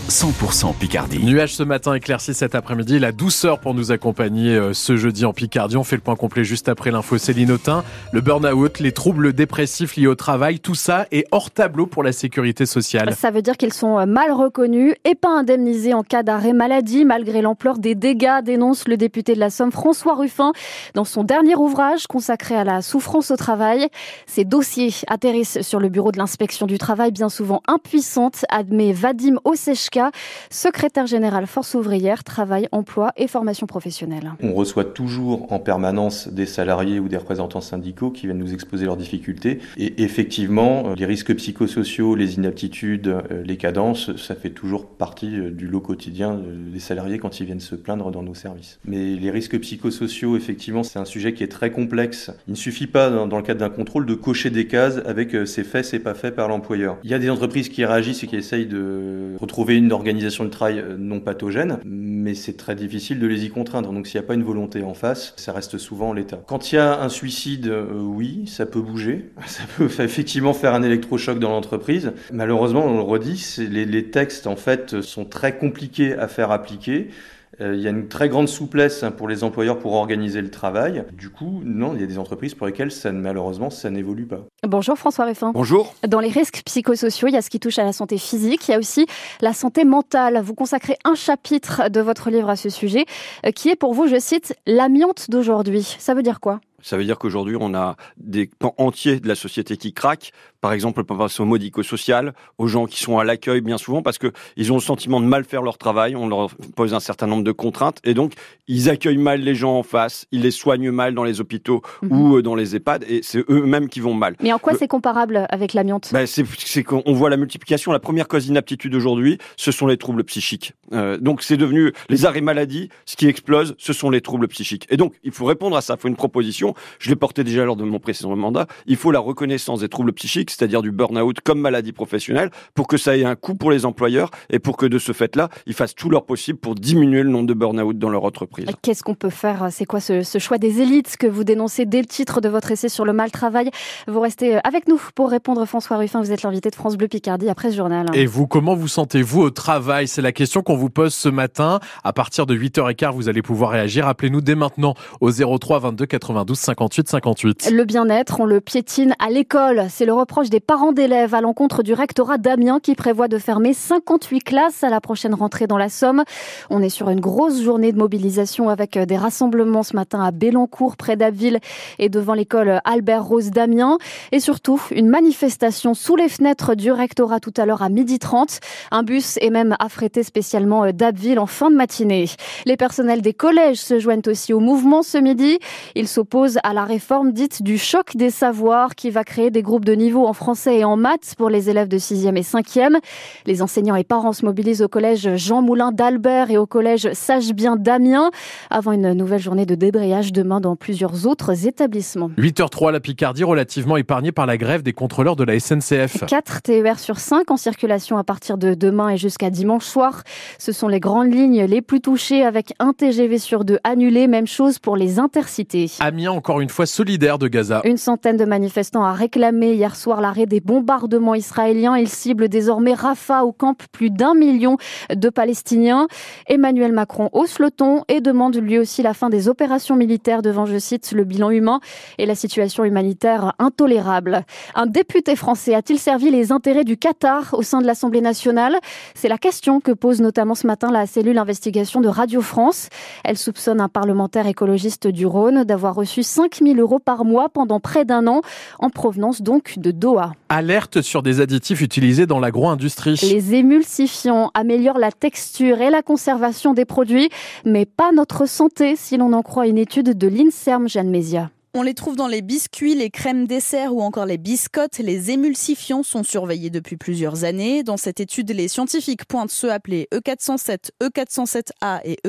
100% Picardie. Nuages ce matin, éclairci cet après-midi, la douceur pour nous accompagner ce jeudi en Picardie. On fait le point complet juste après l'info Céline Autain. Le burn-out, les troubles dépressifs liés au travail, tout ça est hors tableau pour la sécurité sociale. Ça veut dire qu'ils sont mal reconnus et pas indemnisés en cas d'arrêt maladie, malgré l'ampleur des dégâts, dénonce le député de la Somme François Ruffin dans son dernier ouvrage consacré à la souffrance au travail. Ces dossiers atterrissent sur le bureau de l'inspection du travail, bien souvent impuissante, admet Vadim Osechka, secrétaire général Force ouvrière, travail, emploi et formation professionnelle. On reçoit toujours en permanence des salariés ou des représentants syndicaux qui viennent nous exposer leurs difficultés. Et effectivement, les risques psychosociaux, les inaptitudes, les cadences, ça fait toujours partie du lot quotidien des salariés quand ils viennent se plaindre dans nos services. Mais les risques psychosociaux, effectivement, c'est un sujet qui est très complexe. Il ne suffit pas, dans le cadre d'un contrôle, de cocher des cases avec c'est fait, c'est pas fait par l'employeur. Il y a des entreprises qui réagissent et qui essayent de retrouver une organisation de travail non pathogène, mais c'est très difficile de les y contraindre. Donc s'il n'y a pas une volonté en face, ça reste souvent en l'état. Quand il y a un suicide, oui, ça peut bouger. Ça peut effectivement faire un électrochoc dans l'entreprise. Malheureusement, on le redit, les textes en fait sont très compliqués à faire appliquer. Il y a une très grande souplesse pour les employeurs pour organiser le travail. Du coup, non, il y a des entreprises pour lesquelles malheureusement, ça n'évolue pas. Bonjour François Ruffin. Bonjour. Dans les risques psychosociaux, il y a ce qui touche à la santé physique, il y a aussi la santé mentale. Vous consacrez un chapitre de votre livre à ce sujet, qui est pour vous, je cite, l'amiante d'aujourd'hui. Ça veut dire quoi ? Ça veut dire qu'aujourd'hui, on a des pans entiers de la société qui craquent. Par exemple, on pense au médico-social, aux gens qui sont à l'accueil bien souvent parce que ils ont le sentiment de mal faire leur travail. On leur pose un certain nombre de contraintes et donc ils accueillent mal les gens en face. Ils les soignent mal dans les hôpitaux ou dans les EHPAD et c'est eux-mêmes qui vont mal. Mais en quoi c'est comparable avec l'amiante ? C'est qu'on voit la multiplication. La première cause d'inaptitude aujourd'hui, ce sont les troubles psychiques. Donc c'est devenu les arrêts maladie. Ce qui explose, ce sont les troubles psychiques. Et donc il faut répondre à ça. Il faut une proposition. Je l'ai porté déjà lors de mon précédent mandat. Il faut la reconnaissance des troubles psychiques, c'est-à-dire du burn-out comme maladie professionnelle, pour que ça ait un coût pour les employeurs et pour que de ce fait-là, ils fassent tout leur possible pour diminuer le nombre de burn-out dans leur entreprise. Qu'est-ce qu'on peut faire ? C'est quoi ce choix des élites que vous dénoncez dès le titre de votre essai sur le mal-travail ? Vous restez avec nous pour répondre, François Ruffin. Vous êtes l'invité de France Bleu Picardie après ce journal. Et vous, comment vous sentez-vous au travail ? C'est la question qu'on vous pose ce matin. À partir de 8h15, vous allez pouvoir réagir. Appelez-nous dès maintenant au 03 22 92 58 58. Le bien-être, on le piétine à l'école. C'est le reproche des parents d'élèves à l'encontre du rectorat d'Amiens qui prévoit de fermer 58 classes à la prochaine rentrée dans la Somme. On est sur une grosse journée de mobilisation avec des rassemblements ce matin à Bellancourt, près d'Abbeville et devant l'école Albert Rose d'Amiens. Et surtout, une manifestation sous les fenêtres du rectorat tout à l'heure à 12h30. Un bus est même affrété spécialement d'Abbeville en fin de matinée. Les personnels des collèges se joignent aussi au mouvement ce midi. Ils s'opposent à la réforme dite du choc des savoirs qui va créer des groupes de niveau en français et en maths pour les élèves de 6e et 5e. Les enseignants et parents se mobilisent au collège Jean Moulin d'Albert et au collège Sache-Bien d'Amiens avant une nouvelle journée de débrayage demain dans plusieurs autres établissements. 8h03, la Picardie relativement épargnée par la grève des contrôleurs de la SNCF. 4 TER sur 5 en circulation à partir de demain et jusqu'à dimanche soir. Ce sont les grandes lignes les plus touchées avec un TGV sur 2 annulé. Même chose pour les intercités. Amiens, encore une fois solidaire de Gaza. Une centaine de manifestants a réclamé hier soir l'arrêt des bombardements israéliens. Ils ciblent désormais Rafah où campent plus d'1 million de Palestiniens. Emmanuel Macron hausse le ton et demande lui aussi la fin des opérations militaires devant, je cite, le bilan humain et la situation humanitaire intolérable. Un député français a-t-il servi les intérêts du Qatar au sein de l'Assemblée nationale ? C'est la question que pose notamment ce matin la cellule investigation de Radio France. Elle soupçonne un parlementaire écologiste du Rhône d'avoir reçu 5 000 € par mois pendant près d'1 an, en provenance donc de Doha. Alerte sur des additifs utilisés dans l'agro-industrie. Les émulsifiants améliorent la texture et la conservation des produits, mais pas notre santé si l'on en croit une étude de l'INSERM, Jeanne Mézia. On les trouve dans les biscuits, les crèmes dessert ou encore les biscottes. Les émulsifiants sont surveillés depuis plusieurs années. Dans cette étude, les scientifiques pointent ceux appelés E407, E407A et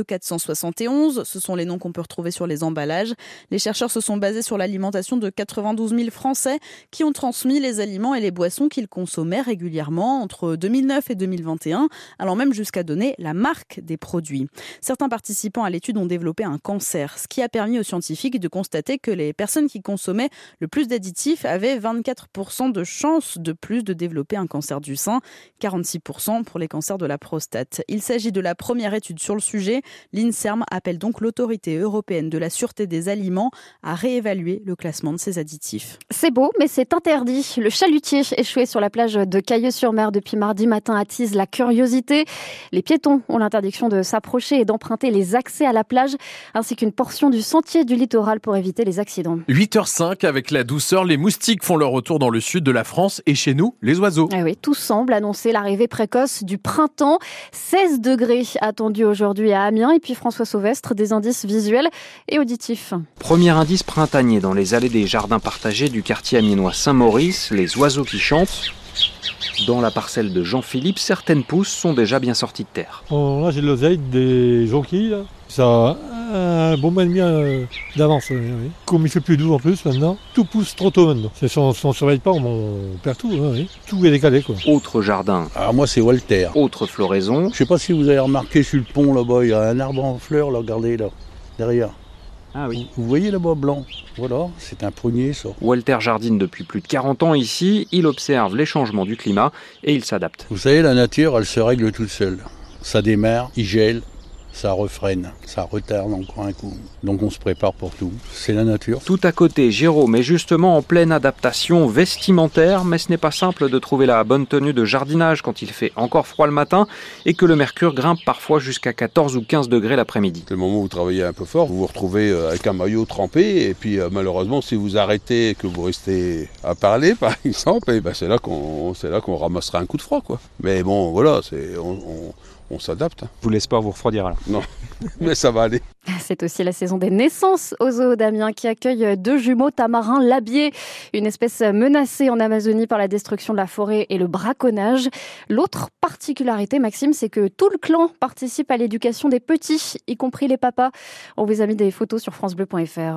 E471. Ce sont les noms qu'on peut retrouver sur les emballages. Les chercheurs se sont basés sur l'alimentation de 92 000 Français qui ont transmis les aliments et les boissons qu'ils consommaient régulièrement entre 2009 et 2021, allant même jusqu'à donner la marque des produits. Certains participants à l'étude ont développé un cancer, ce qui a permis aux scientifiques de constater que les les personnes qui consommaient le plus d'additifs avaient 24% de chances de plus de développer un cancer du sein, 46% pour les cancers de la prostate. Il s'agit de la première étude sur le sujet. L'INSERM appelle donc l'autorité européenne de la sûreté des aliments à réévaluer le classement de ces additifs. C'est beau, mais c'est interdit. Le chalutier échoué sur la plage de Cailleux-sur-Mer depuis mardi matin attise la curiosité. Les piétons ont l'interdiction de s'approcher et d'emprunter les accès à la plage, ainsi qu'une portion du sentier du littoral pour éviter les accidents. 8h05 avec la douceur, les moustiques font leur retour dans le sud de la France et chez nous, les oiseaux. Eh oui, tout semble annoncer l'arrivée précoce du printemps. 16 degrés attendus aujourd'hui à Amiens. Et puis François Sauvestre, des indices visuels et auditifs. Premier indice printanier dans les allées des jardins partagés du quartier amiénois Saint-Maurice, les oiseaux qui chantent. Dans la parcelle de Jean-Philippe, certaines pousses sont déjà bien sorties de terre. Bon, là j'ai de l'oseille, des jonquilles. Là. Ça a un bon mois et demi d'avance. Oui. Comme il fait plus doux en plus maintenant, tout pousse trop tôt maintenant. Si on ne surveille pas, on perd tout. Oui. Tout est décalé. Quoi. Autre jardin. Alors moi c'est Walter. Autre floraison. Je ne sais pas si vous avez remarqué sur le pont là-bas, il y a un arbre en fleurs, là, regardez là, derrière. Ah oui. Vous voyez là-bas blanc, voilà, c'est un prunier ça. Walter jardine depuis plus de 40 ans ici, il observe les changements du climat et il s'adapte. Vous savez, la nature, elle se règle toute seule. Ça démarre, il gèle, ça refreine, ça retarde encore un coup. Donc on se prépare pour tout, c'est la nature. Tout à côté, Jérôme est justement en pleine adaptation vestimentaire, mais ce n'est pas simple de trouver la bonne tenue de jardinage quand il fait encore froid le matin et que le mercure grimpe parfois jusqu'à 14 ou 15 degrés l'après-midi. C'est le moment où vous travaillez un peu fort, vous vous retrouvez avec un maillot trempé et puis malheureusement si vous arrêtez et que vous restez à parler par exemple, et ben c'est là qu'on ramassera un coup de froid quoi. Mais bon voilà, on s'adapte. Vous laissez pas vous refroidir là? Non, mais ça va aller. C'est aussi la saison des naissances au zoo d'Amiens qui accueille 2 jumeaux tamarins labiés, une espèce menacée en Amazonie par la destruction de la forêt et le braconnage. L'autre particularité, Maxime, c'est que tout le clan participe à l'éducation des petits, y compris les papas. On vous a mis des photos sur francebleu.fr.